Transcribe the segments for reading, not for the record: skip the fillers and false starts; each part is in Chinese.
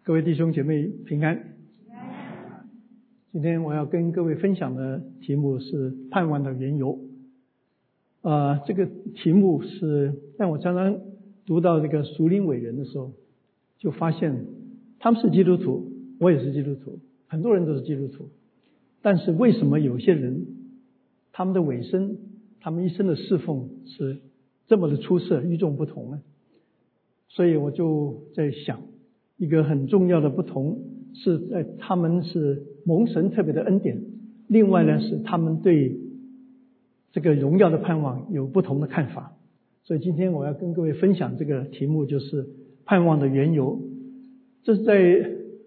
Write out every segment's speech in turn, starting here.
各位弟兄姐妹平安。今天我要跟各位分享的题目是盼望的缘由。这个题目是让我常常读到这个属灵伟人的时候，就发现他们是基督徒，我也是基督徒，很多人都是基督徒，但是为什么有些人他们的尾声，他们一生的侍奉是这么的出色，与众不同呢？所以我就在想，一个很重要的不同是在他们是蒙神特别的恩典，另外呢是他们对这个荣耀的盼望有不同的看法。所以今天我要跟各位分享这个题目，就是盼望的缘由。这是在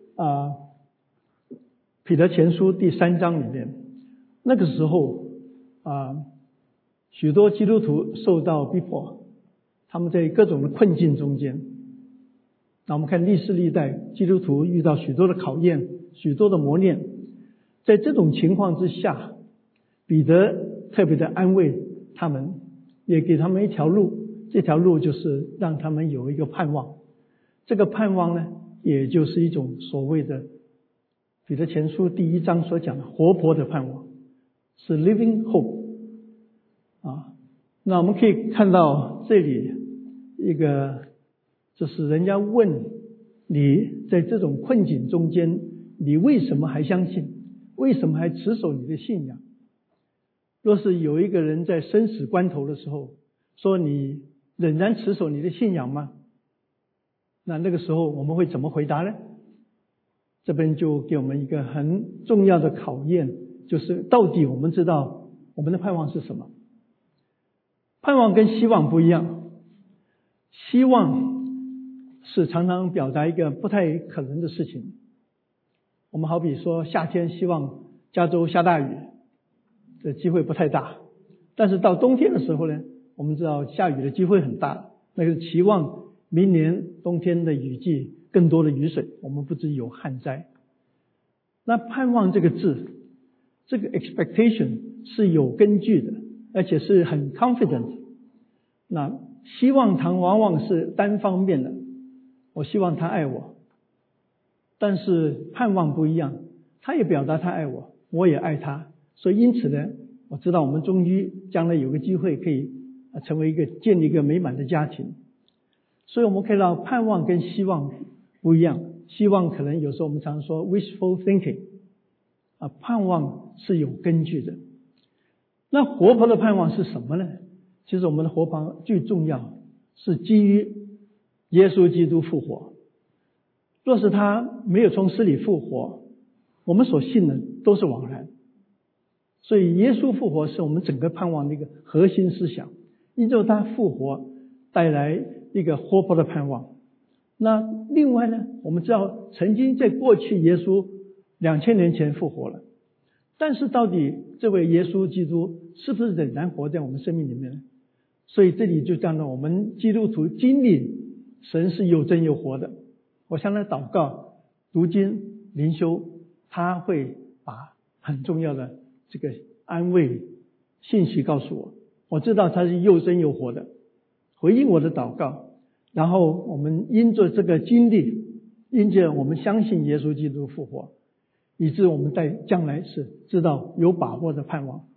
彼得前书第3章里面。那个时候许多基督徒受到逼迫，他们在各种的困境中间。那我们看历世历代基督徒遇到许多的考验，许多的磨练，在这种情况之下，彼得特别的安慰他们，也给他们一条路，这条路就是让他们有一个盼望。这个盼望呢，也就是一种所谓的彼得前书第1章所讲的活泼的盼望，是 living hope。那我们可以看到这里一个，就是人家问你在这种困境中间，你为什么还相信？为什么还持守你的信仰？若是有一个人在生死关头的时候说你仍然持守你的信仰吗？那个时候我们会怎么回答呢？这边就给我们一个很重要的考验，就是到底我们知道我们的盼望是什么？盼望跟希望不一样，希望是常常表达一个不太可能的事情。我们好比说夏天希望加州下大雨，这机会不太大，但是到冬天的时候呢，我们知道下雨的机会很大，那个期望明年冬天的雨季更多的雨水，我们不至于有旱灾。那盼望这个字，这个 expectation 是有根据的，而且是很 confident。那希望它往往是单方面的，我希望他爱我，但是盼望不一样，他也表达他爱我，我也爱他。所以因此呢，我知道我们终于将来有个机会可以成为建立一个美满的家庭。所以我们看到盼望跟希望不一样，希望可能有时候我们常说 wishful thinking，盼望是有根据的。那活泼的盼望是什么呢？其实我们的活泼最重要是基于耶稣基督复活。若是他没有从死里复活，我们所信的都是枉然。所以耶稣复活是我们整个盼望的一个核心思想，因着他复活带来一个活泼的盼望。那另外呢，我们知道曾经在过去耶稣2000年前复活了，但是到底这位耶稣基督是不是仍然活在我们生命里面呢？所以这里就讲到我们基督徒经历神是又真又活的。我向他祷告、读经、灵修，他会把很重要的这个安慰信息告诉我，我知道他是又真又活的，回应我的祷告。然后我们因着这个经历，因着我们相信耶稣基督复活，以致我们在将来是知道有把握的盼望。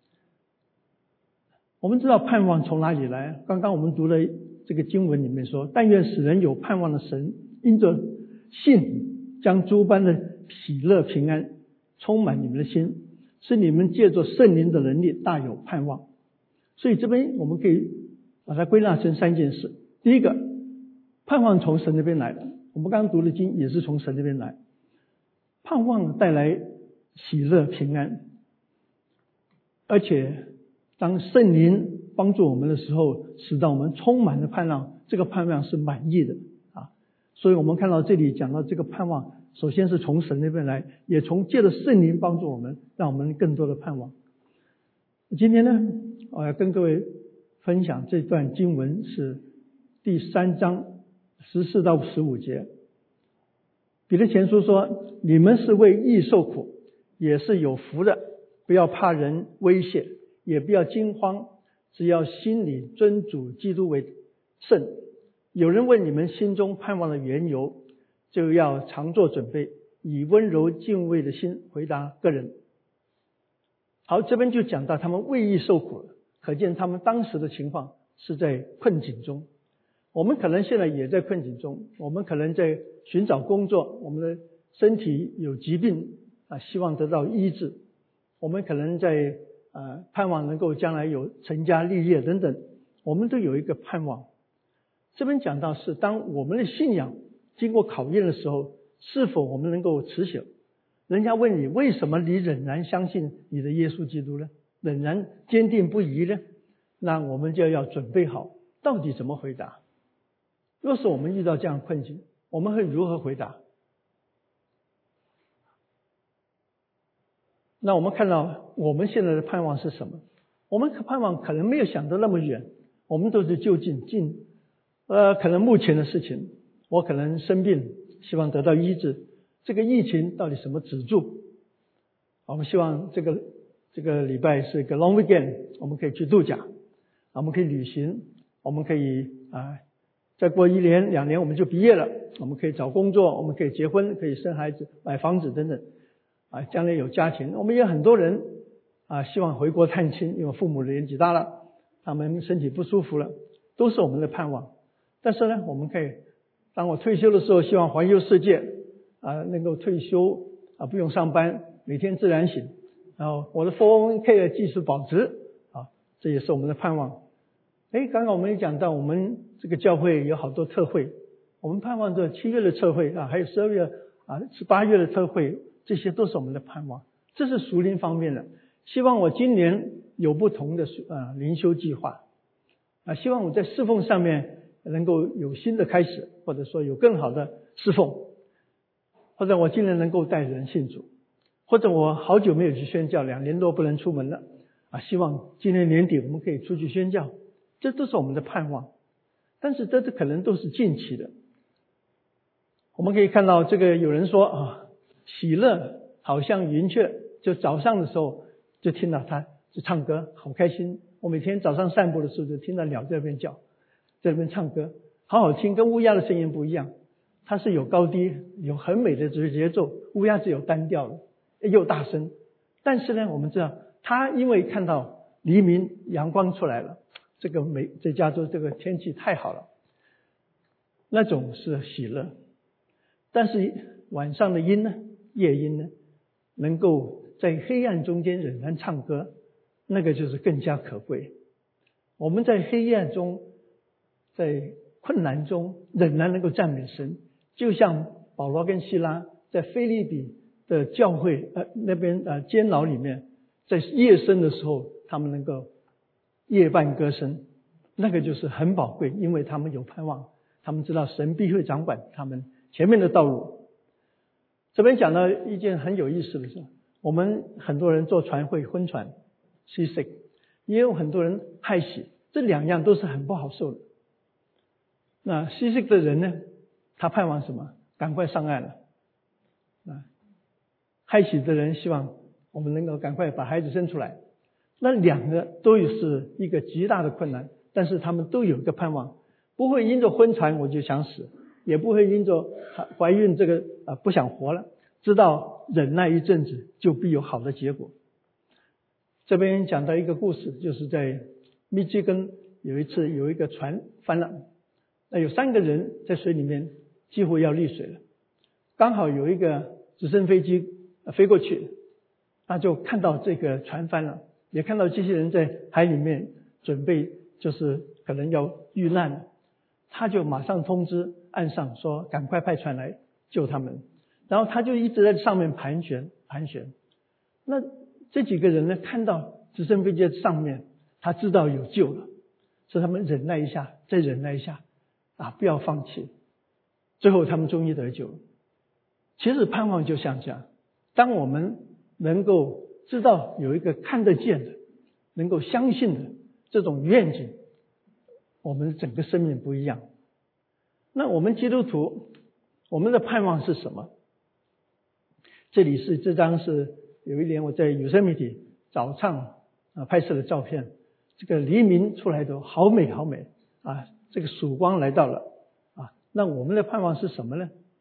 我们知道盼望从哪里来？刚刚我们读了这个经文里面说，但愿使人有盼望的神，因着信将诸般的喜乐平安充满你们的心，使你们借着圣灵的能力大有盼望。所以这边我们可以把它归纳成3件事。第一个，盼望从神那边来的，我们刚刚读的经也是从神那边来。盼望带来喜乐平安，而且当圣灵帮助我们的时候，使到我们充满了盼望，这个盼望是满意的所以我们看到这里讲到这个盼望，首先是从神那边来，也从借着圣灵帮助我们，让我们更多的盼望。今天呢，我要跟各位分享这段经文是第3章14到15节。彼得前书说，你们是为义受苦，也是有福的，不要怕人威胁，也不要惊慌，只要心里尊主基督为圣。有人问你们心中盼望的缘由， 就要常做准备，以温柔敬畏的心回答个人。好，这边就讲到他们为义受苦了，可见他们当时的情况是在困境中。我们可能现在也在困境中，我们可能在寻找工作，我们的身体有疾病希望得到医治，我们可能在盼望能够将来有成家立业等等，我们都有一个盼望。这边讲到是当我们的信仰经过考验的时候，是否我们能够持守。人家问你为什么你仍然相信你的耶稣基督呢？仍然坚定不移呢？那我们就要准备好到底怎么回答。若是我们遇到这样的困境，我们会如何回答？那我们看到我们现在的盼望是什么？我们盼望可能没有想得那么远，我们都是就近可能目前的事情，我可能生病，希望得到医治，这个疫情到底什么止住？我们希望这个礼拜是一个 long weekend， 我们可以去度假，我们可以旅行，我们可以再过1年2年我们就毕业了，我们可以找工作，我们可以结婚，可以生孩子，买房子等等将来有家庭。我们也有很多人希望回国探亲，因为父母的年纪大了，他们身体不舒服了，都是我们的盼望。但是呢，我们可以当我退休的时候，希望环游世界能够退休不用上班，每天自然醒，然后我的 401k 的继续保值这也是我们的盼望。刚刚我们也讲到，我们这个教会有好多特会，我们盼望着7月的特会还有12月18月的特会，这些都是我们的盼望。这是属灵方面的，希望我今年有不同的灵修计划希望我在侍奉上面能够有新的开始，或者说有更好的侍奉，或者我今年能够带人信主，或者我好久没有去宣教，2年多不能出门了希望今年年底我们可以出去宣教，这都是我们的盼望。但是这可能都是近期的。我们可以看到这个有人说喜乐好像云雀，就早上的时候就听到他就唱歌，好开心。我每天早上散步的时候就听到鸟在那边叫，在那边唱歌，好好听，跟乌鸦的声音不一样，它是有高低，有很美的节奏，乌鸦只有单调的又大声。但是呢，我们知道它因为看到黎明阳光出来了，在加州这个天气太好了，那种是喜乐。但是晚上的鹰呢，夜莺呢，能够在黑暗中间仍然唱歌，那个就是更加可贵。我们在黑暗中，在困难中仍然能够赞美神，就像保罗跟希拉在腓立比的教会那边监牢里面，在夜深的时候他们能够夜半歌声，那个就是很宝贵，因为他们有盼望，他们知道神必会掌管他们前面的道路。这边讲到一件很有意思的事，我们很多人坐船会昏船 seasick， 也有很多人害喜，这2样都是很不好受的。那 seasick 的人呢，他盼望什么？赶快上岸了。害喜的人希望我们能够赶快把孩子生出来。那2个都是一个极大的困难，但是他们都有一个盼望，不会因着昏船我就想死，也不会因着怀孕这个不想活了，知道忍耐一阵子就必有好的结果。这边讲到一个故事，就是在密西根有一次有一个船翻了，那有3个人在水里面几乎要溺水了，刚好有一个直升飞机飞过去，他就看到这个船翻了，也看到这些人在海里面准备就是可能要遇难了，他就马上通知岸上说赶快派船来救他们，然后他就一直在上面盘旋。那这几个人呢，看到直升飞机在上面，他知道有救了，所以他们忍耐一下，再忍耐一下不要放弃，最后他们终于得救了。其实盼望就像这样，当我们能够知道有一个看得见的，能够相信的这种愿景，我们整个生命不一样。那我们基督徒，我们的盼望是什么？这张是有一年我在有声媒体早上拍摄的照片，这个黎明出来的好美好美这个曙光来到了那我们的盼望是什么呢？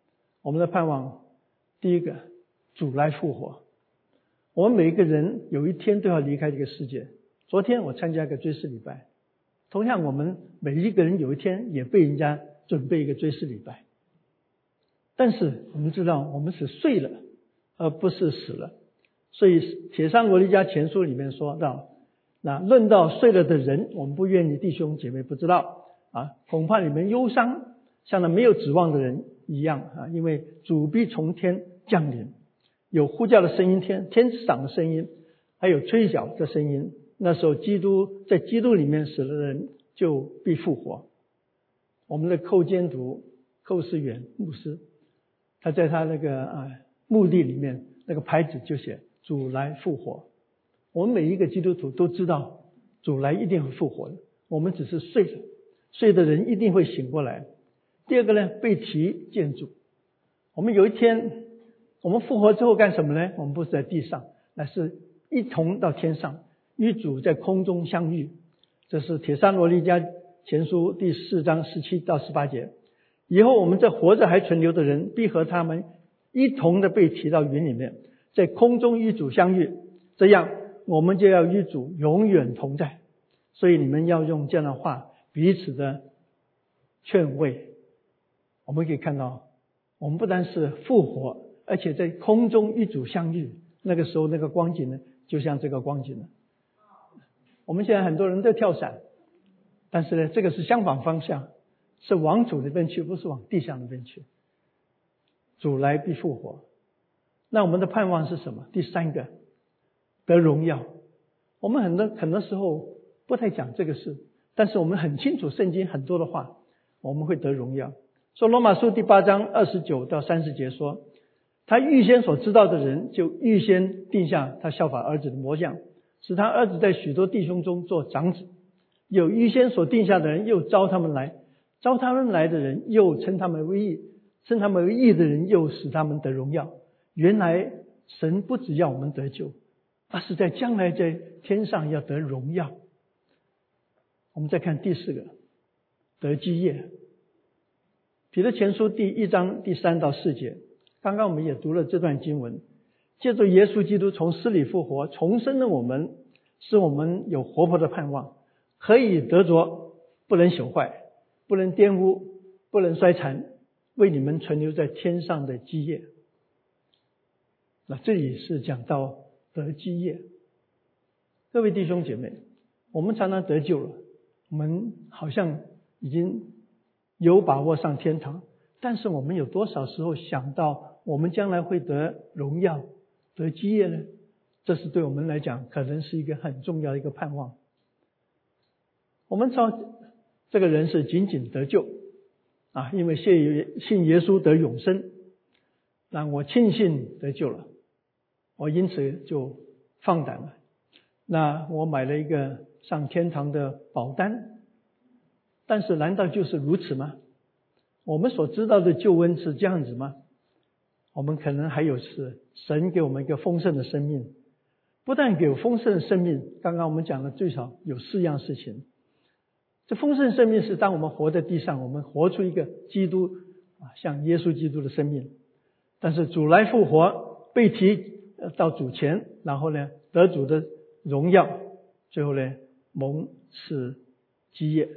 我们的盼望，第一个，主来复活。我们每一个人有一天都要离开这个世界。昨天我参加一个追思礼拜，同样我们每一个人有一天也被人家准备一个追思礼拜。但是我们知道我们是睡了而不是死了，所以帖撒罗尼迦前书里面说到，那论到睡了的人，我们不愿意弟兄姐妹不知道恐怕你们忧伤像那没有指望的人一样因为主必从天降临，有呼叫的声音，天使长的声音，还有吹角的声音。那时候在基督里面死了的人就必复活。我们的寇监督寇思远牧师，他在他那个墓地里面那个牌子就写主来复活。我们每一个基督徒都知道主来一定会复活的，我们只是睡了，睡的人一定会醒过来。第二个呢，被提见主。我们有一天我们复活之后干什么呢？我们不是在地上，乃是一同到天上，与主在空中相遇。这是帖撒罗尼迦前书第4章17到18节。以后我们这活着还存留的人，必和他们一同的被提到云里面，在空中与主相遇，这样我们就要与主永远同在。所以你们要用这样的话彼此的劝慰。我们可以看到，我们不单是复活，而且在空中与主相遇。那个时候那个光景呢，就像这个光景了。我们现在很多人在跳伞，但是呢，这个是相反方向，是往主那边去，不是往地上那边去。主来必复活。那我们的盼望是什么？第三个，得荣耀。我们很多时候不太讲这个事，但是我们很清楚圣经很多的话，我们会得荣耀。说罗马书第8章29到30节说，他预先所知道的人，就预先定下他效法儿子的模样，使他儿子在许多弟兄中做长子。有预先所定下的人，又招他们来，招他们来的人，又称他们为义，称他们为义的人，又使他们得荣耀。原来神不只要我们得救，而是在将来在天上要得荣耀。我们再看第4个，得基业。彼得前书第1章第3到4节，刚刚我们也读了这段经文，借着耶稣基督从死里复活，重生了我们，使我们有活泼的盼望，可以得着不能朽坏，不能玷污，不能衰残，为你们存留在天上的基业。那这里是讲到得基业。各位弟兄姐妹，我们常常得救了，我们好像已经有把握上天堂，但是我们有多少时候想到我们将来会得荣耀，得基业呢？这是对我们来讲可能是一个很重要的一个盼望。我们说这个人是仅仅得救因为信耶稣得永生，那我庆幸得救了，我因此就放胆了。那我买了一个上天堂的保单，但是难道就是如此吗？我们所知道的救恩是这样子吗？我们可能还有是神给我们一个丰盛的生命，不但给丰盛的生命，刚刚我们讲的最少有4样事情。这丰盛生命是当我们活在地上，我们活出一个基督像耶稣基督的生命。但是主来复活，被提到主前，然后呢得主的荣耀，最后呢蒙赐基业。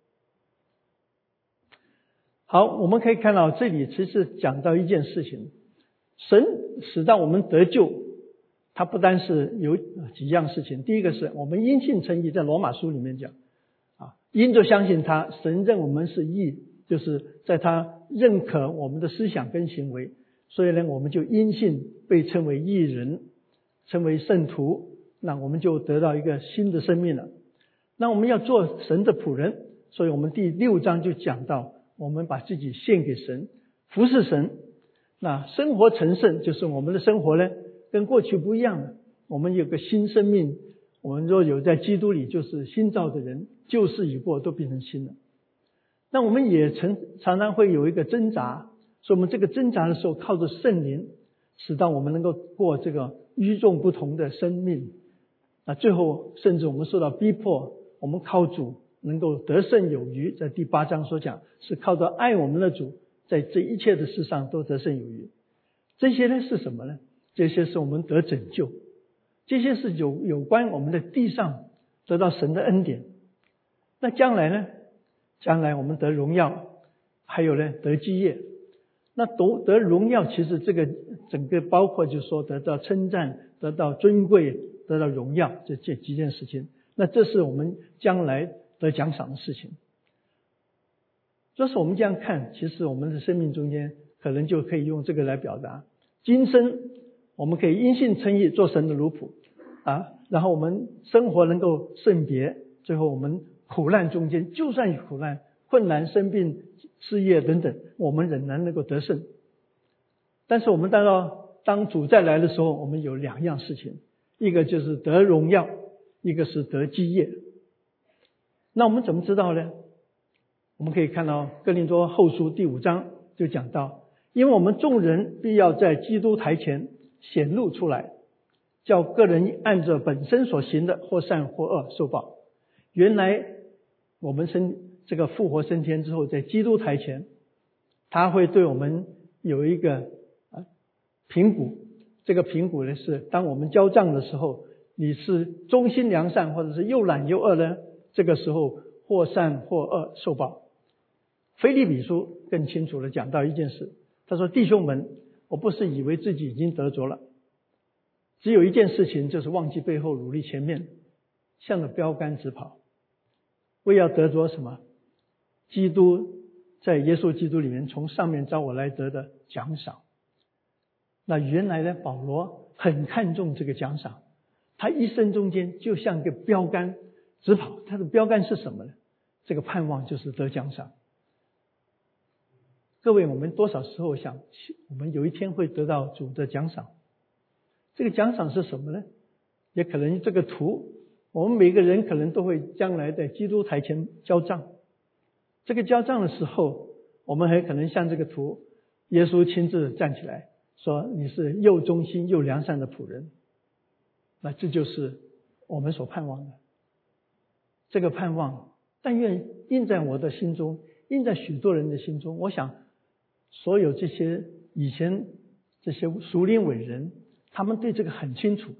好，我们可以看到这里其实讲到一件事情，神使到我们得救，它不单是有几样事情。第一个是我们因信称义，在罗马书里面讲因着相信他，神认我们是义，就是在他认可我们的思想跟行为，所以呢我们就因信被称为义人，称为圣徒，那我们就得到一个新的生命了。那我们要做神的仆人，所以我们第6章就讲到我们把自己献给神，服侍神。那生活成圣，就是我们的生活呢跟过去不一样了，我们有个新生命，我们若有在基督里，就是新造的人，旧事已过，都变成新了。那我们也常常会有一个挣扎，所以我们这个挣扎的时候，靠着圣灵，使到我们能够过这个与众不同的生命。最后甚至我们受到逼迫，我们靠主能够得胜有余，在第8章所讲，是靠着爱我们的主在这一切的事上都得胜有余。这些呢是什么呢？这些是我们得拯救，这些是有关我们的地上得到神的恩典。那将来呢？将来我们得荣耀，还有呢得基业。那得荣耀，其实这个整个包括就是说得到称赞，得到尊贵，得到荣耀，这几件事情。那这是我们将来得奖赏的事情。就是我们这样看，其实我们的生命中间可能就可以用这个来表达。今生我们可以因信称义，做神的奴仆然后我们生活能够圣别，最后我们苦难中间，就算有苦难、困难、生病、失业等等，我们仍然能够得胜。但是我们当主再来的时候，我们有两样事情，一个就是得荣耀，一个是得基业。那我们怎么知道呢？我们可以看到哥林多后书第5章就讲到，因为我们众人必要在基督台前显露出来，叫个人按着本身所行的或善或恶受报。原来我们这个复活升天之后，在基督台前，他会对我们有一个评估。这个评估呢是当我们交账的时候，你是忠心良善或者是又懒又恶呢，这个时候或善或恶受报。腓立比书更清楚地讲到一件事，他说：弟兄们，我不是以为自己已经得着了，只有一件事情，就是忘记背后，努力前面，向着标杆直跑，为要得着什么？基督在耶稣基督里面从上面招我来得的奖赏。那原来呢，保罗很看重这个奖赏，他一生中间就像个标杆直跑。他的标杆是什么呢？这个盼望就是得奖赏。各位，我们多少时候想我们有一天会得到主的奖赏？这个奖赏是什么呢？也可能这个图，我们每个人可能都会将来在基督台前交账。这个交账的时候，我们很可能像这个图，耶稣亲自站起来说：你是又忠心又良善的仆人。那这就是我们所盼望的。这个盼望但愿印在我的心中，印在许多人的心中。我想所有这些以前这些属灵伟人，他们对这个很清楚。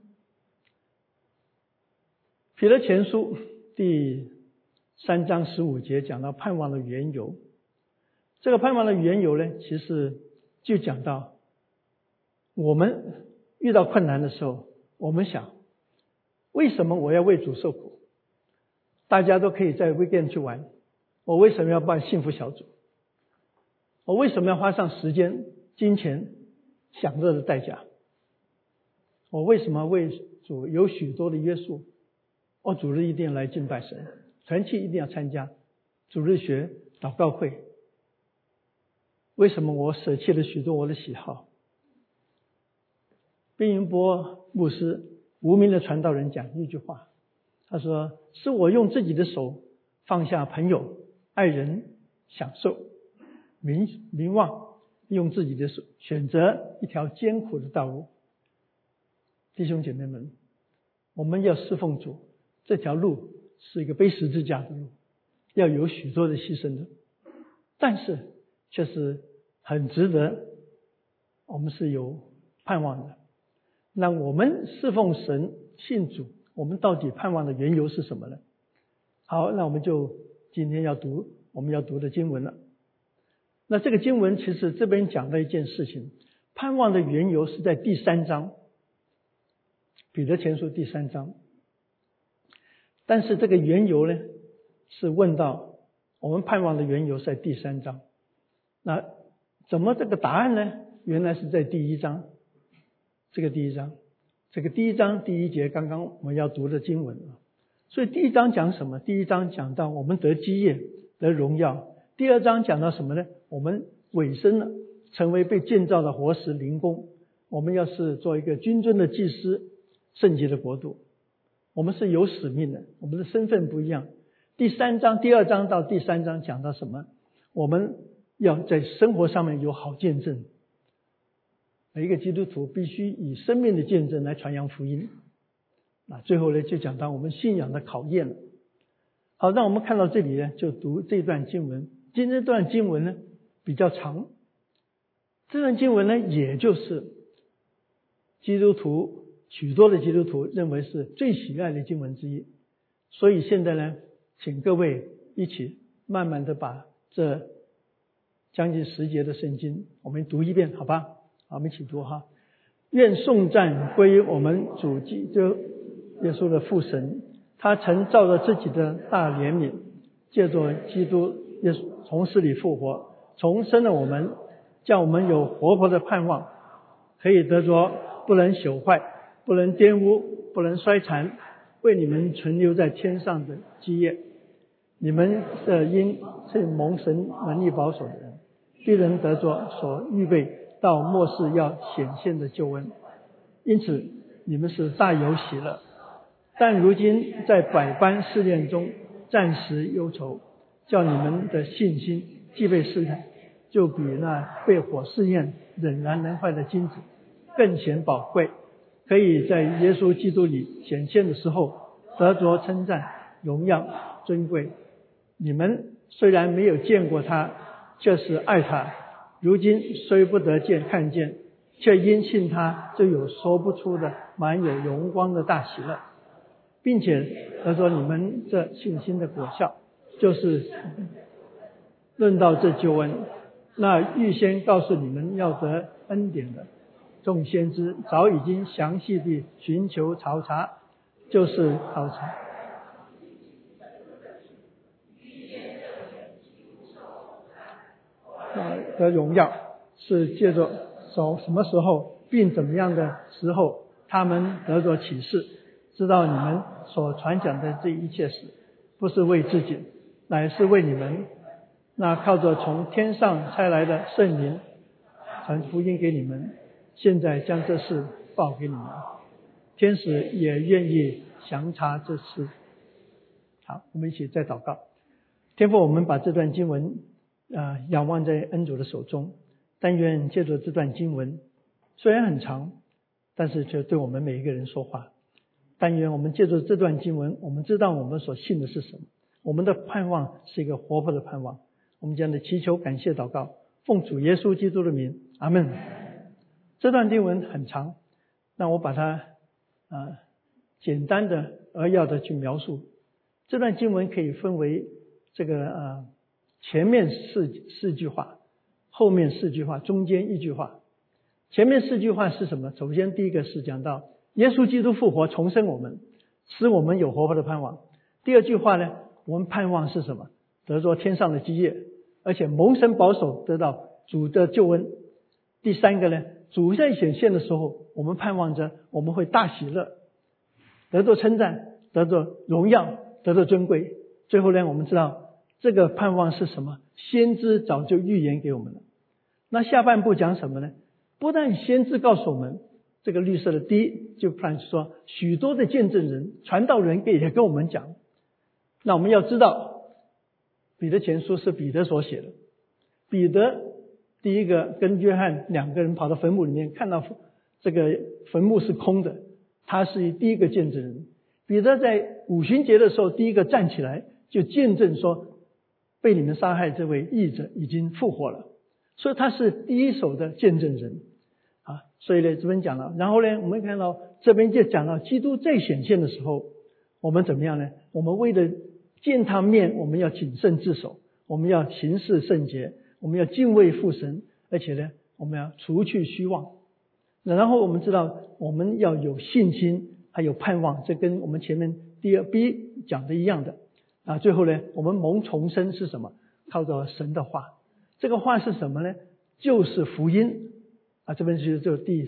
彼得前书第3章15节讲到盼望的缘由。这个盼望的缘由呢，其实就讲到我们遇到困难的时候，我们想为什么我要为主受苦？大家都可以在 weekend 去玩，我为什么要办幸福小组？我为什么要花上时间、金钱、享乐的代价？我为什么为主有许多的约束？我主日一定要来敬拜神，团契一定要参加，主日学、祷告会。为什么我舍弃了许多我的喜好？边云波牧师，无名的传道人讲一句话，他说：是我用自己的手放下朋友、爱人、享受、名望，用自己的手选择一条艰苦的道路。弟兄姐妹们，我们要侍奉主，这条路是一个背十字架的路，要有许多的牺牲的，但是却是很值得，我们是有盼望的。那我们侍奉神、信主，我们到底盼望的缘由是什么呢？好，那我们就今天我们要读的经文了。那这个经文其实这边讲的一件事情，盼望的缘由是在第3章，彼得前书第3章。但是这个缘由呢，是问到我们盼望的缘由是在第3章。那怎么这个答案呢？原来是在第1章。这个第1章第1节刚刚我们要读的经文。所以第1章讲什么？第1章讲到我们得基业、得荣耀。第2章讲到什么呢？我们委身了，成为被建造的活石灵宫。我们要是做一个君尊的祭司，圣洁的国度。我们是有使命的，我们的身份不一样。第2章到第3章讲到什么？我们要在生活上面有好见证。每一个基督徒必须以生命的见证来传扬福音。那最后呢，就讲到我们信仰的考验了。好，让我们看到这里呢，就读这段经文。今天这段经文呢比较长， 这段经文呢，也就是许多的基督徒认为是最喜爱的经文之一。所以现在呢，请各位一起慢慢的把这将近10节的圣经我们读一遍，好吧？好，我们一起读哈。愿颂赞归于我们主基督耶稣的父神，他曾照着自己的大怜悯，借着基督耶稣从死里复活，重生了我们，叫我们有活泼的盼望，可以得着不能朽坏、不能玷污、不能衰残，为你们存留在天上的基业。你们的因是蒙神能力保守的人，必能得着所预备到末世要显现的救恩。因此你们是大有喜乐，但如今在百般试炼中暂时忧愁，叫你们的信心既被试探，就比那被火试验仍然能坏的金子更显宝贵，可以在耶稣基督里显现的时候得着称赞、荣耀、尊贵。你们虽然没有见过他，却是爱他，如今虽不得看见，却因信他就有说不出的满有荣光的大喜乐，并且得着你们这信心的果效，就是论到这救恩，那预先告诉你们要得恩典的众先知早已经详细地寻求考察，就是考察的荣耀，是借着什么时候并怎么样的时候，他们得着启示，知道你们所传讲的这一切事不是为自己，乃是为你们，那靠着从天上差来的圣灵传福音给你们，现在将这事报给你们，天使也愿意详查这事。好，我们一起再祷告。天父，我们把这段经文仰望在恩主的手中，但愿借着这段经文虽然很长，但是却对我们每一个人说话。但愿我们借着这段经文，我们知道我们所信的是什么，我们的盼望是一个活泼的盼望。我们这样的祈求感谢祷告，奉主耶稣基督的名，阿们。这段经文很长，那我把它简单的扼要的去描述。这段经文可以分为这个前面四句话，后面4句话，中间1句话。前面4句话是什么？首先第一个是讲到耶稣基督复活重生我们，使我们有活泼的盼望。第二句话呢，我们盼望是什么？得着天上的基业，而且蒙神保守得到主的救恩。第三个呢，主在显现的时候，我们盼望着我们会大喜乐，得着称赞，得着荣耀，得着尊贵。最后呢，我们知道这个盼望是什么？先知早就预言给我们了。那下半部讲什么呢？不但先知告诉我们，这个绿色的D就说许多的见证人、传道人也跟我们讲。那我们要知道，彼得前书是彼得所写的。彼得第一个跟约翰2个人跑到坟墓里面，看到这个坟墓是空的，他是第一个见证人。彼得在五旬节的时候第一个站起来，就见证说被你们杀害这位义者已经复活了，所以他是第一手的见证人啊。所以呢，这边讲了，然后呢，我们看到这边就讲到基督再显现的时候，我们怎么样呢？我们为了见他面，我们要谨慎自守，我们要行事圣洁，我们要敬畏父神，而且呢，我们要除去虚妄。然后我们知道我们要有信心，还有盼望，这跟我们前面第2 B 讲的一样的啊。最后呢，我们蒙重生是什么？靠着神的话。这个话是什么呢？就是福音啊。这边就第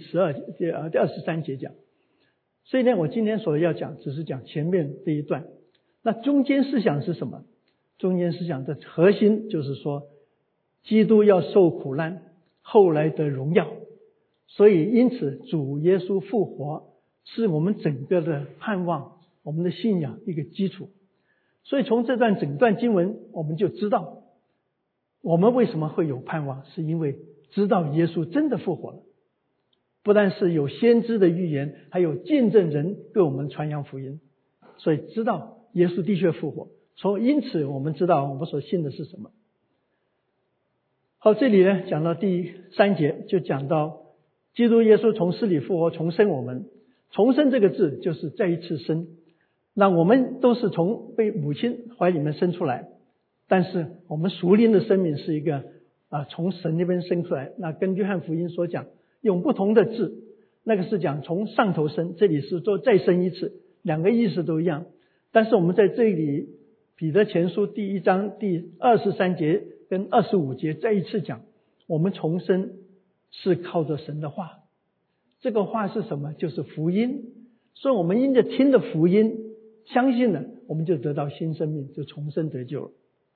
23节讲。所以呢，我今天所要讲只是讲前面这一段。那中间思想是什么？中间思想的核心就是说，基督要受苦难，后来得荣耀。所以因此主耶稣复活是我们整个的盼望，我们的信仰一个基础。所以从这段整段经文我们就知道，我们为什么会有盼望，是因为知道耶稣真的复活了。不但是有先知的预言，还有见证人对我们传扬福音，所以知道耶稣的确复活。因此我们知道我们所信的是什么。 好，这里呢讲到第3节，就讲到基督耶稣从死里复活，重生我们。重生这个字就是再一次生。那我们都是从被母亲怀里面生出来，但是我们属灵的生命是一个从神那边生出来。那跟约翰福音所讲，用不同的字，那个是讲从上头生，这里是做再生一次，两个意思都一样。但是我们在这里彼得前书第1章第23节跟25节再一次讲，我们重生是靠着神的话。这个话是什么？就是福音。所以我们因着听的福音相信了，我们就得到新生命，就重生得救了。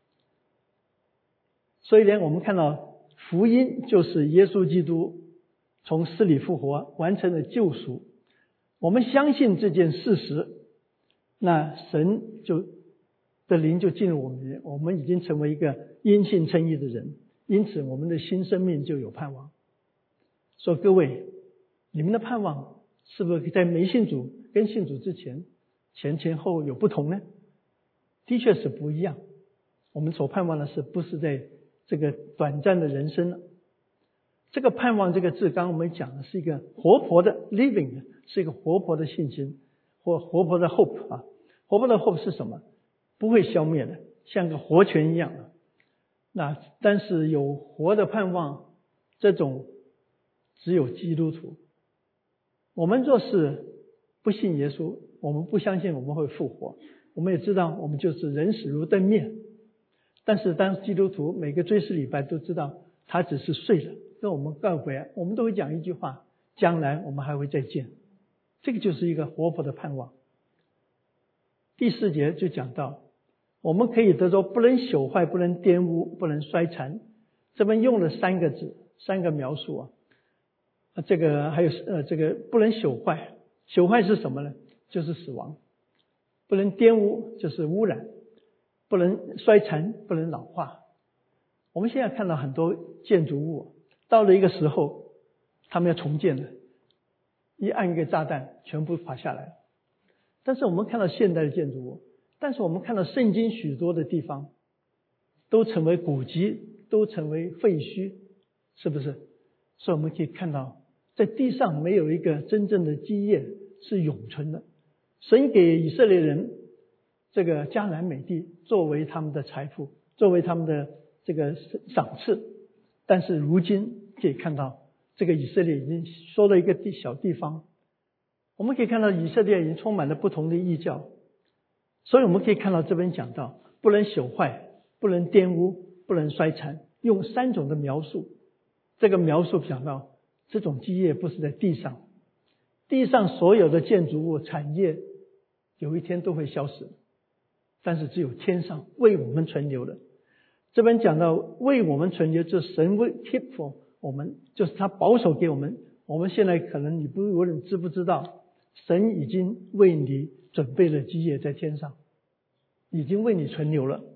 所以呢，我们看到福音就是耶稣基督从死里复活，完成了救赎。我们相信这件事实，那神的灵就进入我们里面，我们已经成为一个因信称义的人，因此我们的新生命就有盼望。所以各位，你们的盼望是不是在没信主跟信主之前前后有不同呢？的确是不一样。我们所盼望的是不是在这个短暂的人生呢？这个盼望这个字，刚刚我们讲的是一个活泼的 living， 是一个活泼的信心或活泼的 hope 啊。活泼的 hope 是什么？不会消灭的，像个活泉一样的。那但是有活的盼望，这种只有基督徒。我们若是不信耶稣，我们不相信我们会复活，我们也知道我们就是人死如灯灭。但是当基督徒每个追思礼拜都知道他只是睡了，跟我们告别，我们都会讲一句话，将来我们还会再见。这个就是一个活泼的盼望。第4节就讲到，我们可以得着不能朽坏，不能玷污，不能衰残。这边用了3个字，3个描述这个还有这个不能朽坏。朽坏是什么呢？就是死亡。不能玷污就是污染，不能衰残，不能老化。我们现在看到很多建筑物到了一个时候他们要重建了，一按一个炸弹全部垮下来了。但是我们看到现代的建筑物，但是我们看到圣经许多的地方都成为古迹，都成为废墟，是不是？所以我们可以看到在地上没有一个真正的基业是永存的。神给以色列人这个迦南美地作为他们的财富，作为他们的这个赏赐，但是如今可以看到这个以色列已经缩了一个小地方。我们可以看到以色列已经充满了不同的异教，所以我们可以看到这边讲到不能朽坏，不能玷污，不能衰残，用3种的描述。这个描述讲到这种基业不是在地上，地上所有的建筑物产业有一天都会消失，但是只有天上为我们存留的。这边讲到为我们存留，就是神为 keep for 我们，就是他保守给我们。我们现在可能你不无论知不知道，神已经为你准备了基业在天上，已经为你存留了。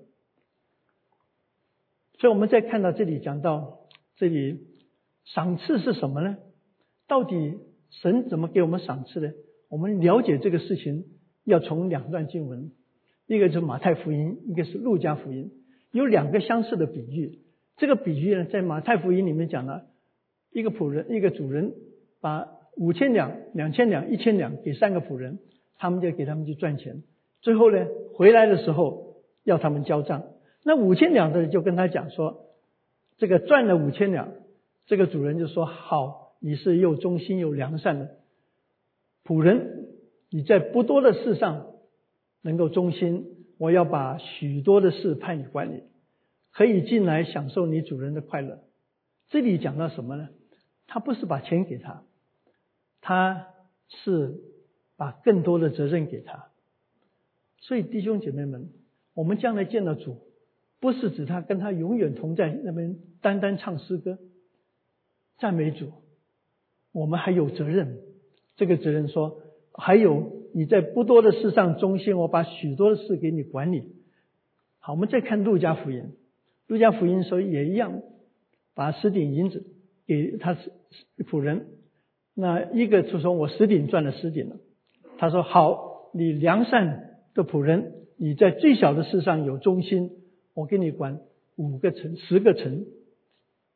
所以我们再看到这里讲到这里赏赐是什么呢？到底神怎么给我们赏赐呢？我们了解这个事情要从2段经文，一个是马太福音，一个是路加福音，有2个相似的比喻。这个比喻呢，在马太福音里面讲了一个仆人，一个主人把5000两、2000两、1000两给3个仆人，他们就给他们去赚钱，最后呢回来的时候要他们交账。那5000两的人就跟他讲说，这个赚了5000两，这个主人就说，好，你是又忠心又良善的仆人，你在不多的事上能够忠心，我要把许多的事派你管理，可以进来享受你主人的快乐。这里讲到什么呢？他不是把钱给他，他是把更多的责任给他。所以弟兄姐妹们，我们将来见到主，不是指他跟他永远同在那边单单唱诗歌赞美主，我们还有责任。这个责任说，还有你在不多的事上忠心，我把许多的事给你管理。好，我们再看路加福音。路加福音说也一样，把10顶银子给他仆人，那一个就说我10顶赚了10顶了。他说好，你良善的仆人，你在最小的事上有忠心，我给你管5个城10个城。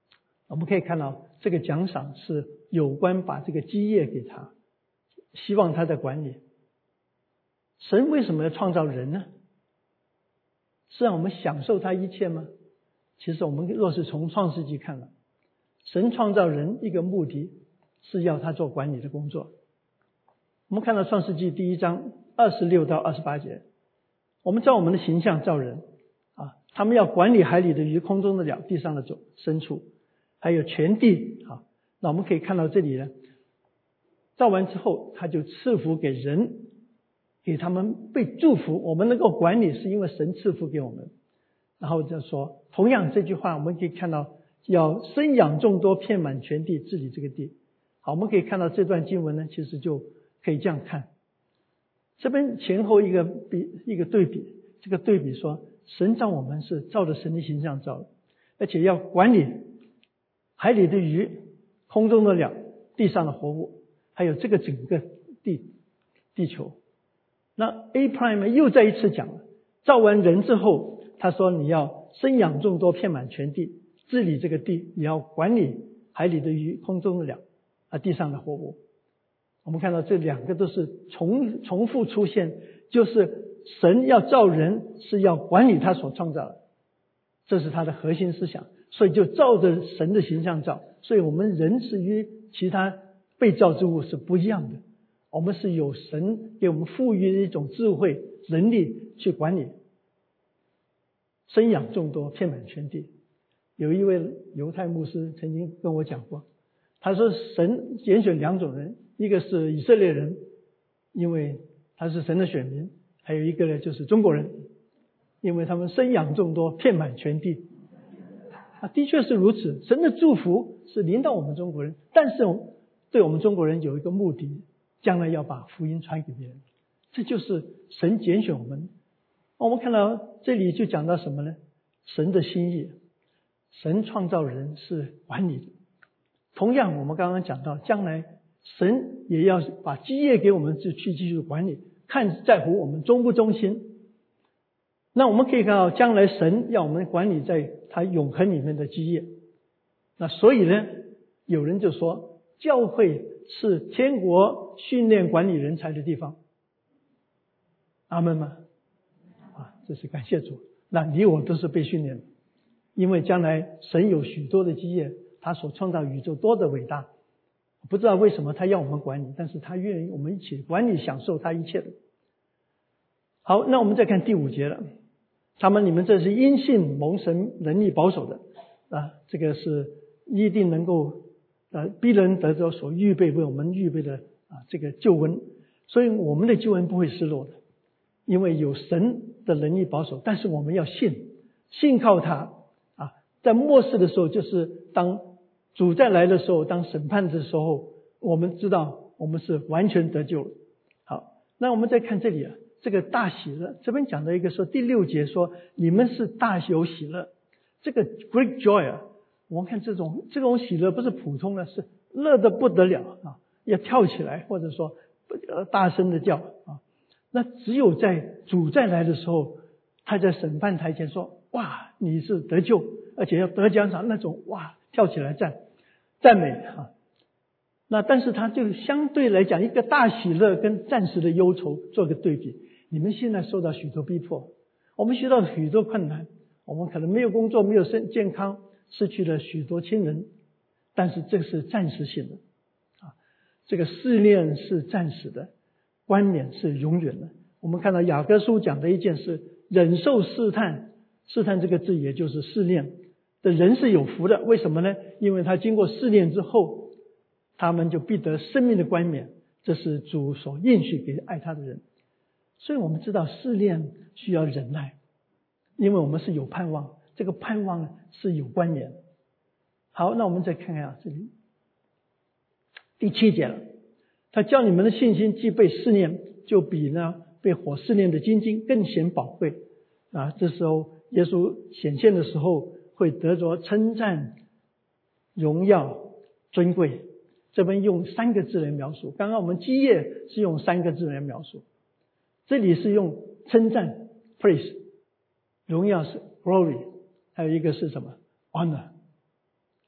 我们可以看到这个奖赏是有关把这个基业给他，希望他在管理。神为什么要创造人呢？是让我们享受他一切吗？其实我们若是从创世纪看了，神创造人一个目的是要他做管理的工作。我们看到创世纪第1章26到28节，我们照我们的形象造人啊，他们要管理海里的鱼、空中的鸟、地上的牲畜，还有全地啊。那我们可以看到这里呢，造完之后他就赐福给人，给他们被祝福，我们能够管理是因为神赐福给我们。然后就说同样这句话我们可以看到要生养众多，遍满全地，治理这个地。好，我们可以看到这段经文呢，其实就可以这样看，这边前后一个对比，这个对比说神造我们是照着神的形象造的，而且要管理海里的鱼、空中的鸟、地上的活物，还有这个整个地球。那 A' 又再一次讲了，造完人之后他说你要生养众多，遍满全地，治理这个地，你要管理海里的鱼、空中的鸟地上的活物。我们看到这两个都是重复出现，就是神要造人是要管理他所创造的，这是他的核心思想，所以就照着神的形象造。所以我们人是与其他被造之物是不一样的，我们是有神给我们赋予的一种智慧能力去管理，生养众多，遍满全地。有一位犹太牧师曾经跟我讲过，他说神拣选2种人，一个是以色列人，因为他是神的选民，还有一个呢就是中国人，因为他们生养众多，遍满全地。的确是如此，神的祝福是临到我们中国人，但是对我们中国人有一个目的，将来要把福音传给别人，这就是神拣选我们。我们看到这里就讲到什么呢？神的心意，神创造人是管理的。同样我们刚刚讲到，将来神也要把基业给我们去继续管理，看在乎我们忠不忠心。那我们可以看到将来神要我们管理在他永恒里面的基业。那所以呢，有人就说教会是天国训练管理人才的地方。阿们吗？这是感谢主，那你我都是被训练的，因为将来神有许多的基业，他所创造宇宙多的伟大，不知道为什么他要我们管理，但是他愿意我们一起管理享受他一切的。好，那我们再看第5节了，你们这是因信蒙神能力保守的这个是一定能够逼人得着所预备为我们预备的这个救恩，所以我们的救恩不会失落的，因为有神的能力保守，但是我们要信靠他在末世的时候，就是当主再来的时候，当审判的时候，我们知道我们是完全得救了。好，那我们再看这里这个大喜乐，这边讲的一个说第6节说你们是大有喜乐，这个 great joy 我们看这种喜乐不是普通的，是乐得不得了要跳起来，或者说大声的叫那只有在主再来的时候，他在审判台前说哇你是得救，而且要得奖赏，那种哇跳起来赞美那但是他就相对来讲，一个大喜乐跟暂时的忧愁做个对比。你们现在受到许多逼迫，我们遇到许多困难，我们可能没有工作，没有健康，失去了许多亲人，但是这是暂时性的这个试炼是暂时的，冠冕是永远的。我们看到雅各书讲的一件事，忍受试探这个字也就是试炼的人是有福的。为什么呢？因为他经过试炼之后，他们就必得生命的冠冕，这是主所应许给爱他的人。所以我们知道试炼需要忍耐，因为我们是有盼望，这个盼望是有冠冕。好，那我们再看看这里第7节了，他叫你们的信心既被试炼，就比被火试炼的金金更显宝贵这时候耶稣显现的时候会得着称赞、荣耀、尊贵。这边用3个字来描述，刚刚我们基业是用3个字来描述，这里是用称赞 praise， 荣耀是 glory， 还有一个是什么 honor。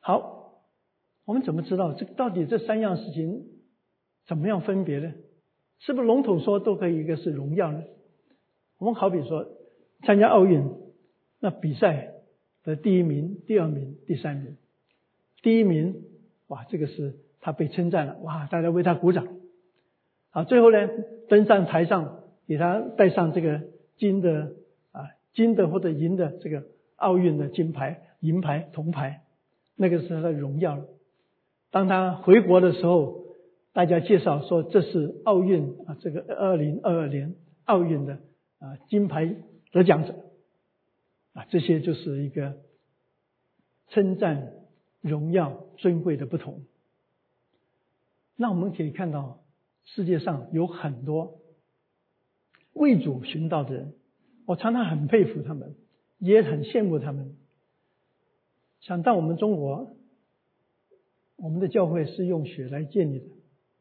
好，我们怎么知道到底这3样事情怎么样分别呢？是不是笼统说都可以一个是荣耀呢？我们好比说参加奥运，那比赛的第1名、第2名、第3名。第1名，哇，这个是他被称赞了，哇，大家为他鼓掌。好，最后呢，登上台上，给他戴上这个金的或者银的这个奥运的金牌、银牌、铜牌，那个是他的荣耀了。当他回国的时候，大家介绍说这是奥运这个2022年奥运的金牌得奖者这些就是一个称赞、荣耀、尊贵的不同。那我们可以看到世界上有很多为主寻道的人，我常常很佩服他们，也很羡慕他们。想到我们中国，我们的教会是用血来建立的。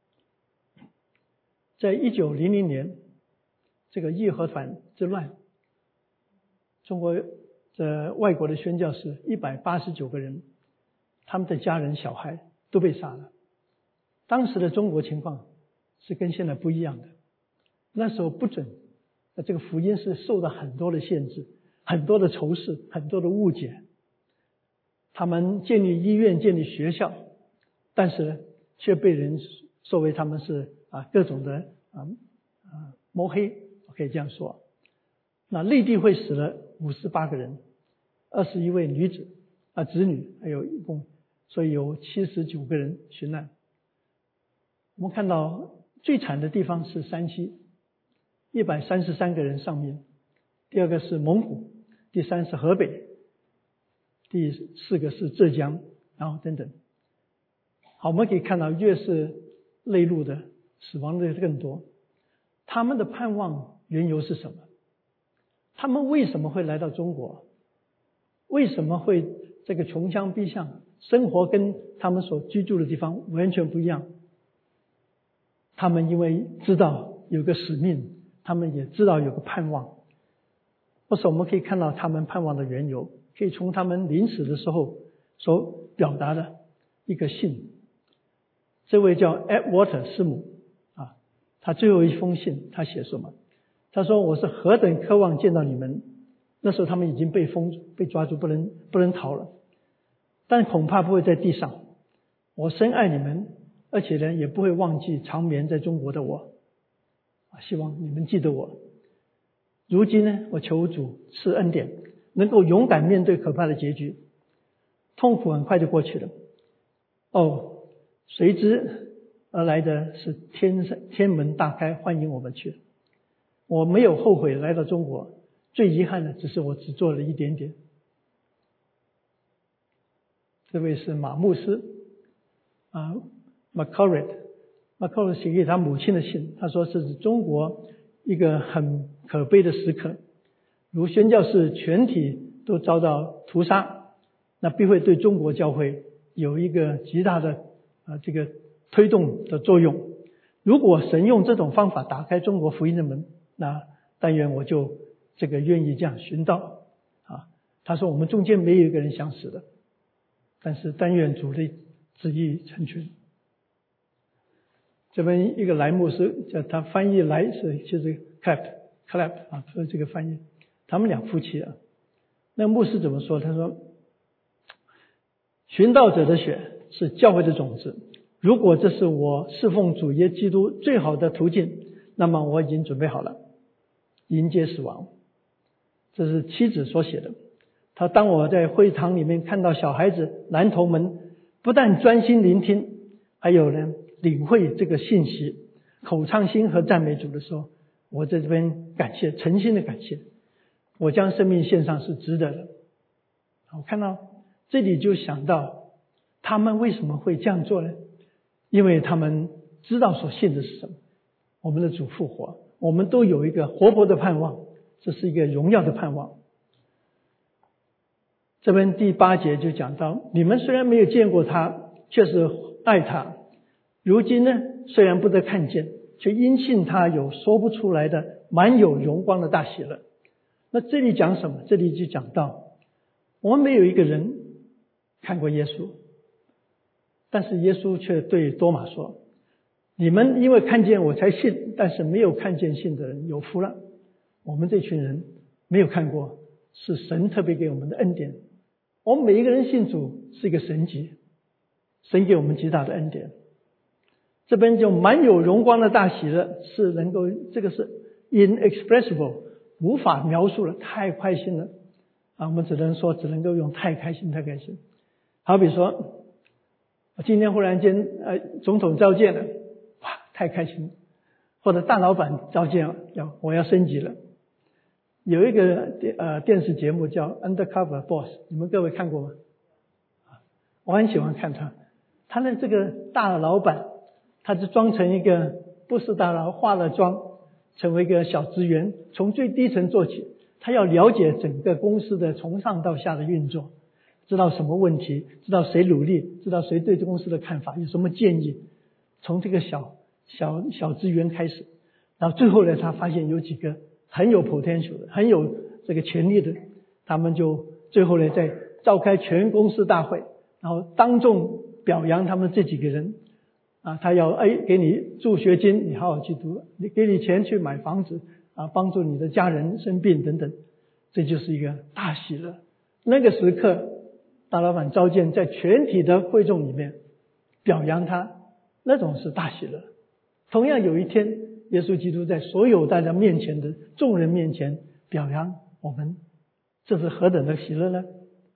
在1900年这个义和团之乱，中国的外国的宣教士189个人，他们的家人小孩都被杀了。当时的中国情况是跟现在不一样的，那时候不准这个福音是受到很多的限制，很多的仇视，很多的误解。他们建立医院，建立学校，但是却被人说为他们是各种的摸黑，可以这样说。那内地会死了58个人，21位女子子女，还有一共，所以有79个人殉难。我们看到最惨的地方是山西，133个人丧命，第2个是蒙古，第3是河北，第4个是浙江，然后等等。好，我们可以看到越是内陆的死亡的更多。他们的盼望缘由是什么？他们为什么会来到中国？为什么会这个穷乡僻壤，生活跟他们所居住的地方完全不一样？他们因为知道有个使命，他们也知道有个盼望。或是我们可以看到他们盼望的缘由，可以从他们临死的时候所表达的一个信。这位叫 Edward 师母他最后一封信他写什么？他说，我是何等渴望见到你们。那时候他们已经被封住，被抓住，不能逃了，但恐怕不会在地上。我深爱你们，而且呢也不会忘记长眠在中国的我。希望你们记得我。如今呢，我求主赐恩典，能够勇敢面对可怕的结局。痛苦很快就过去了。随之而来的是天门大开，欢迎我们去。我没有后悔来到中国，最遗憾的只是我只做了一点点。这位是马牧师McCorrick 写给他母亲的信，他说是中国一个很可悲的时刻，如宣教士全体都遭到屠杀，那必会对中国教会有一个极大的这个推动的作用。如果神用这种方法打开中国福音的门，那但愿我就愿意这样寻道他说我们中间没有一个人想死的，但是但愿主的旨意成全。这边一个莱牧师叫他翻译来就是 clap 说这个翻译，他们俩夫妻那牧师怎么说？他说，寻道者的血是教会的种子，如果这是我侍奉主耶稣基督最好的途径，那么我已经准备好了迎接死亡。这是妻子所写的。他当我在会堂里面看到小孩子男童们不但专心聆听，还有呢领会这个信息，口唱心和赞美主的时候，我在这边感谢，诚心的感谢，我将生命献上是值得的。我看到这里就想到他们为什么会这样做呢？因为他们知道所信的是什么，我们的主复活，我们都有一个活泼的盼望，这是一个荣耀的盼望。这边第8节就讲到，你们虽然没有见过他，却是爱他，如今呢虽然不得看见，却因信他有说不出来的满有荣光的大喜乐。那这里讲什么？这里就讲到我们没有一个人看过耶稣， 但是耶稣却对多马说，你们因为看见我才信，但是没有看见信的人有福了。我们这群人没有看过，是神特别给我们的恩典。我们每一个人信主是一个神迹，神给我们极大的恩典。这边就满有荣光的大喜乐，是能够，这个是 inexpressible， 无法描述了，太开心了啊！我们只能够用太开心，太开心。好比说，今天忽然间总统召见了，哇，太开心了！或者大老板召见了，我要升级了。有一个电视节目叫 Undercover Boss， 你们各位看过吗？我很喜欢看他的这个大老板，他就装成一个不是大佬，化了妆成为一个小职员，从最低层做起，他要了解整个公司的从上到下的运作，知道什么问题，知道谁努力，知道谁对这公司的看法，有什么建议，从这个小职员开始，然后最后呢，他发现有几个很有 potential 的，很有这个潜力的，他们就最后呢，在召开全公司大会，然后当众表扬他们这几个人啊，他要给你助学金，你好好去读，你给你钱去买房子啊，帮助你的家人生病等等，这就是一个大喜乐。那个时刻，大老板召见，在全体的会众里面表扬他，那种是大喜乐。同样有一天，耶稣基督在所有大家面前的众人面前表扬我们，这是何等的喜乐呢？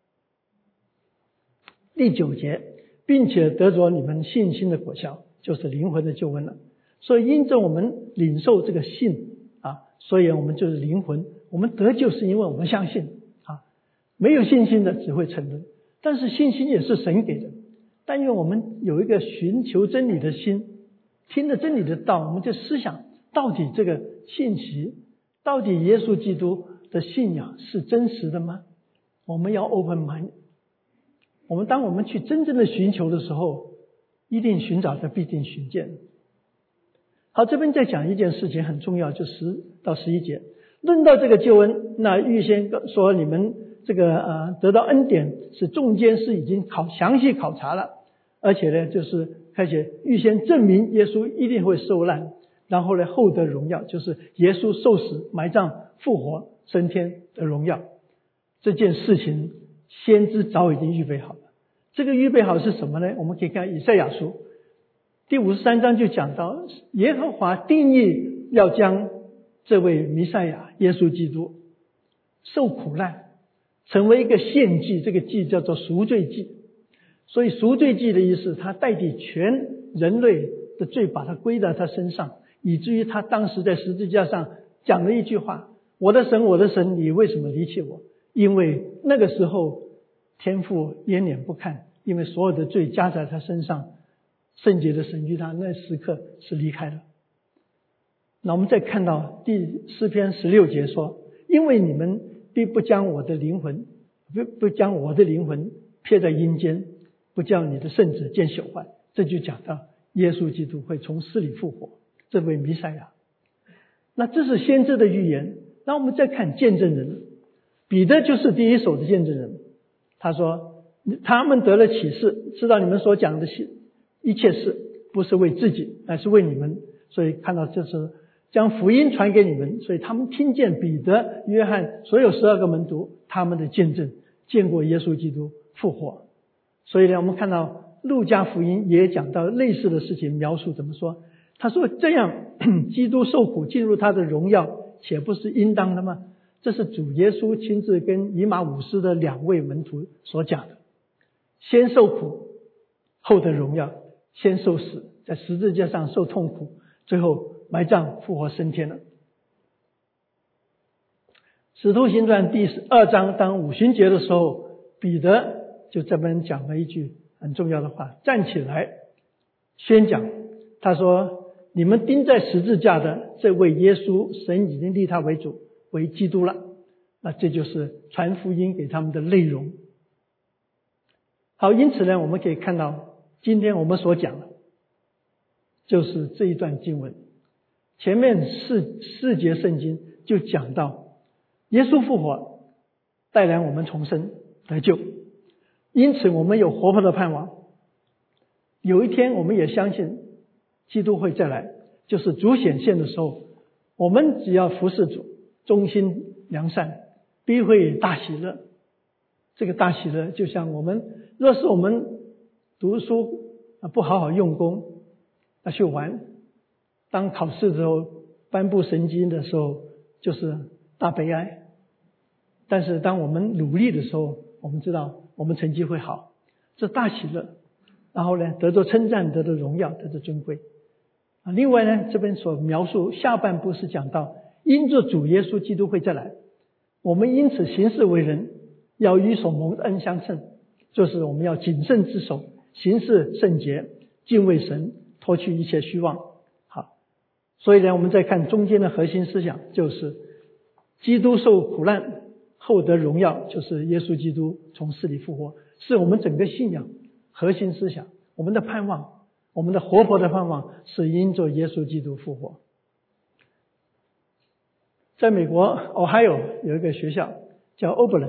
第9节，并且得着你们信心的果效，就是灵魂的救恩了。所以因着我们领受这个信啊，所以我们就是灵魂，我们得救是因为我们相信啊。没有信心的只会沉沦，但是信心也是神给的。但愿我们有一个寻求真理的心，听着真理的道，我们就思想到底这个信息，到底耶稣基督的信仰是真实的吗？我们要 open mind。当我们去真正的寻求的时候，一定寻找的必定寻见。好，这边再讲一件事情很重要，就10到11节。论到这个救恩，那预先说你们这个得到恩典是中间是已经详细考察了，而且呢就是开始预先证明耶稣一定会受难，然后呢后得荣耀，就是耶稣受死埋葬复活升天的荣耀。这件事情先知早已经预备好了。这个预备好是什么呢？我们可以看以赛亚书第53章就讲到，耶和华定义要将这位弥赛亚耶稣基督受苦难，成为一个献祭，这个祭叫做赎罪祭。所以赎罪祭的意思，他代替全人类的罪，把它归到他身上，以至于他当时在十字架上讲了一句话，我的神，我的神，你为什么离弃我？因为那个时候天父掩脸不看，因为所有的罪加在他身上，圣洁的神与他那时刻是离开了。那我们再看到诗篇16节说，因为你们必不将我的灵魂撇在阴间，不叫你的圣者见朽坏。这就讲到耶稣基督会从死里复活，这位弥赛亚。那这是先知的预言。那我们再看见证人，彼得就是第一手的见证人。他说他们得了启示，知道你们所讲的一切事不是为自己，乃是为你们，所以看到这是将福音传给你们。所以他们听见彼得、约翰所有12个门徒他们的见证，见过耶稣基督复活。所以呢，我们看到路加福音也讲到类似的事情，描述怎么说。他说这样基督受苦进入他的荣耀，且不是应当的吗？这是主耶稣亲自跟以马忤斯的2位门徒所讲的，先受苦后得荣耀，先受死，在十字架上受痛苦，最后埋葬复活升天了。使徒行传第2章当五旬节的时候，彼得就这边讲了一句很重要的话，站起来宣讲。他说你们钉在十字架的这位耶稣，神已经立他为主为基督了。那这就是传福音给他们的内容。好，因此呢，我们可以看到今天我们所讲的就是这一段经文。前面四节圣经就讲到耶稣复活带来我们重生得救，因此我们有活泼的盼望。 有一天我们也相信基督会再来，就是主显现的时候，我们只要服侍主，忠心良善，必会大喜乐。这个大喜乐就像若是我们读书不好好用功，要去玩，当考试的时候颁布神经的时候就是大悲哀。但是当我们努力的时候，我们知道我们成绩会好，这大喜乐，然后呢得着称赞，得着荣耀，得着尊贵。另外呢，这边所描述下半部是讲到因着主耶稣基督会再来，我们因此行事为人要与所蒙恩相称，就是我们要谨慎自守，行事圣洁，敬畏神，脱去一切虚妄。好，所以呢，我们再看中间的核心思想，就是基督受苦难后得荣耀，就是耶稣基督从死里复活，是我们整个信仰核心思想。我们的盼望，我们的活泼的盼望是因着耶稣基督复活。在美国 Ohio 有一个学校叫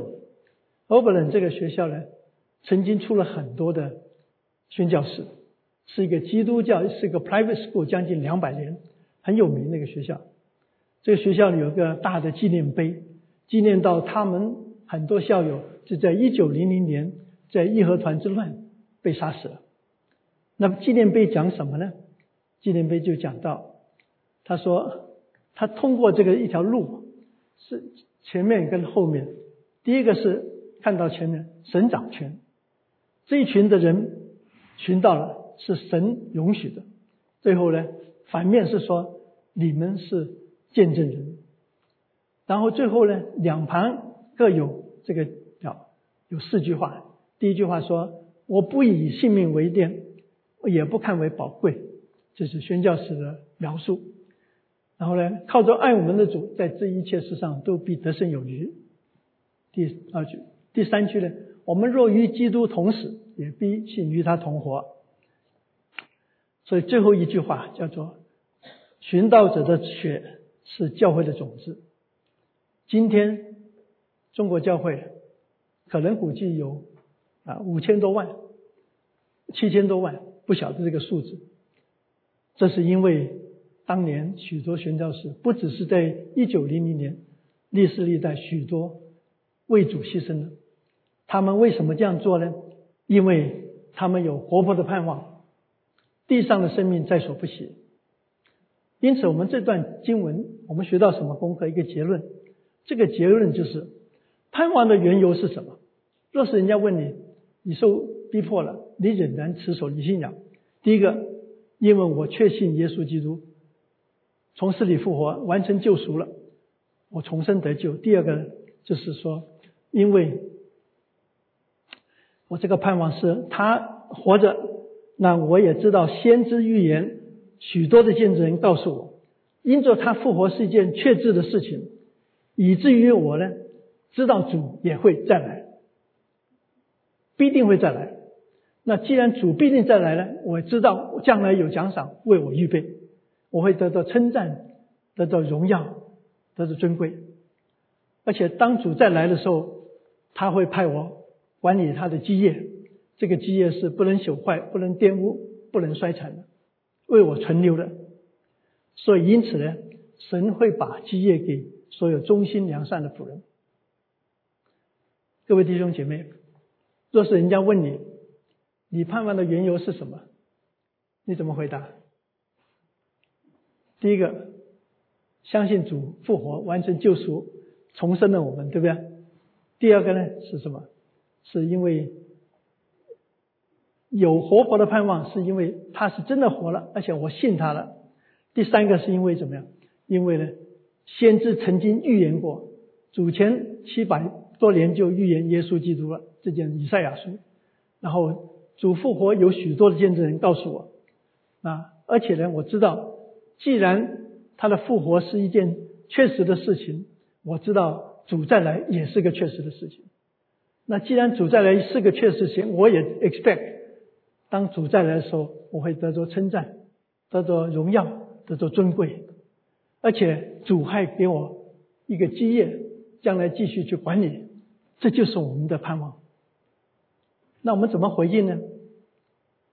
Oberlin 这个学校呢，曾经出了很多的宣教士，是一个基督教，是一个 private school， 将近200年，很有名的一个学校。这个学校里有个大的纪念碑，纪念到他们很多校友是在1900年在义和团之乱被杀死了。那么纪念碑讲什么呢？纪念碑就讲到，他说他通过这个一条路，是前面跟后面，第一个是看到前面神掌权，这一群的人寻到了是神容许的。最后呢，反面是说你们是见证人。然后最后呢，两旁各有这个有4句话。第一句话说，我不以性命为念，也不看为宝贵，这是宣教士的描述。然后呢，靠着爱我们的主，在这一切事上都必得胜有余。第2句。第3句呢，我们若与基督同死，也必信与他同活。所以最后一句话叫做，寻道者的血是教会的种子。今天中国教会可能估计有5000多万7000多万，不晓得这个数字。这是因为当年许多宣教士，不只是在1900年，历世历代许多为主牺牲的。他们为什么这样做呢？因为他们有活泼的盼望，地上的生命在所不惜。因此我们这段经文我们学到什么功课？一个结论，这个结论就是盼望的缘由是什么？若是人家问你，你受逼迫了，你仍然持守你信仰，第一个，因为我确信耶稣基督从死里复活，完成救赎了，我重生得救。第二个就是说，因为我这个盼望是他活着，那我也知道先知预言许多的见证人告诉我，因着他复活是一件确知的事情，以至于我呢知道主也会再来，必定会再来。那既然主必定再来呢，我知道将来有奖赏为我预备，我会得到称赞，得到荣耀，得到尊贵。而且当主再来的时候，他会派我管理他的基业，这个基业是不能朽坏，不能玷污，不能衰残的，为我存留的。所以因此呢，神会把基业给所有忠心良善的仆人。各位弟兄姐妹，若是人家问你，你盼望的缘由是什么？你怎么回答？第一个，相信主复活，完成救赎，重生了我们，对不对？第二个呢是什么？是因为有活泼的盼望，是因为他是真的活了，而且我信他了。第三个是因为怎么样？因为呢，先知曾经预言过，主前700多年就预言耶稣基督了，这件以赛亚书。然后主复活有许多的见证人告诉我，而且呢，我知道既然他的复活是一件确实的事情，我知道主再来也是个确实的事情。那既然主再来是个确实的事情，我也 expect 当主再来的时候，我会得着称赞，得着荣耀，得着尊贵，而且主还给我一个基业，将来继续去管理，这就是我们的盼望。那我们怎么回应呢？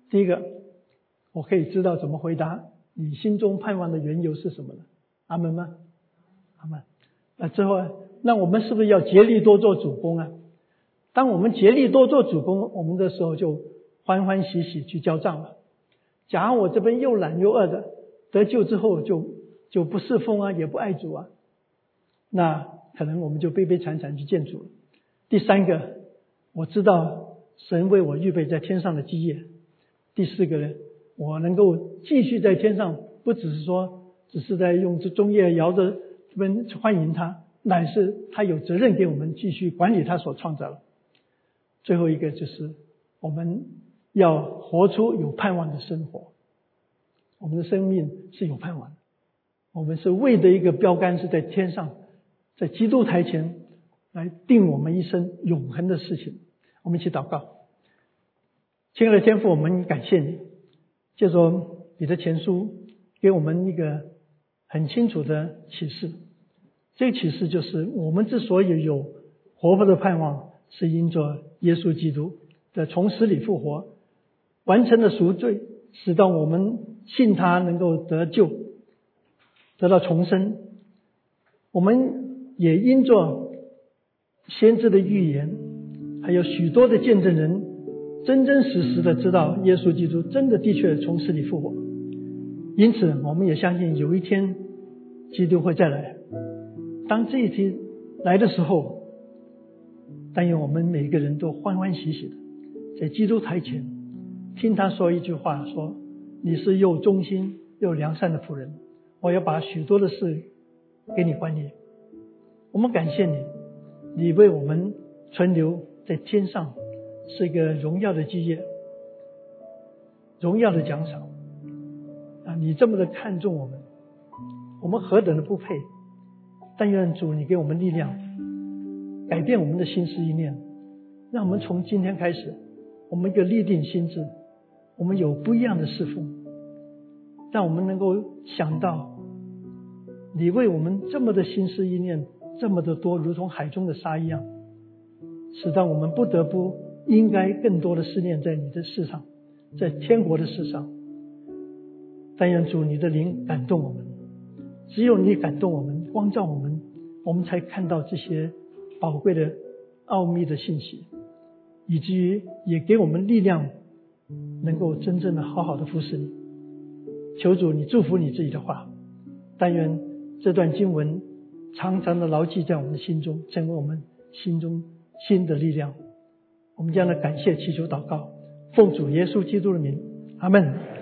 第一个，我可以知道怎么回答你心中盼望的缘由是什么了。阿们吗？阿们。之后，那我们是不是要竭力多做主工啊？当我们竭力多做主工，我们的时候就欢欢喜喜去交账了。假如我这边又懒又饿的，得救之后就不侍奉啊，也不爱主啊，那可能我们就悲悲惨惨去见主了。第三个，我知道神为我预备在天上的基业。第四个呢，我能够继续在天上，不只是说只是在用这中夜摇着这边欢迎他，乃是他有责任给我们继续管理他所创造的。最后一个就是我们要活出有盼望的生活。我们的生命是有盼望的，我们是为的一个标杆是在天上，在基督台前来定我们一生永恒的事情。我们一起祷告。亲爱的天父，我们感谢你，借着你的前书给我们一个很清楚的启示。这个启示就是我们之所以有活泼的盼望，是因着耶稣基督的从死里复活，完成了赎罪，使到我们信他能够得救，得到重生。我们也因着先知的预言，还有许多的见证人，真真实实的知道耶稣基督真的的确从死里复活。因此我们也相信有一天基督会再来。当这一天来的时候，但愿我们每一个人都欢欢喜喜的在基督台前听他说一句话，说你是又忠心又良善的仆人，我要把许多的事给你管理。我们感谢你，你为我们存留在天上是一个荣耀的基业，荣耀的奖赏啊！你这么的看重我们，我们何等的不配。但愿主你给我们力量，改变我们的心思意念，让我们从今天开始，我们一个立定心志，我们有不一样的侍奉，让我们能够想到你为我们这么的心思意念这么的多，如同海中的沙一样，使到我们不得不应该更多的思念在你的事上，在天国的事上。但愿主你的灵感动我们，只有你感动我们，光照我们，我们才看到这些宝贵的奥秘的信息，以至于也给我们力量，能够真正的好好的服侍你。求主你祝福你自己的话，但愿这段经文常常的牢记在我们的心中，成为我们心中新的力量。我们将来感谢祈求祷告，奉主耶稣基督的名，阿们。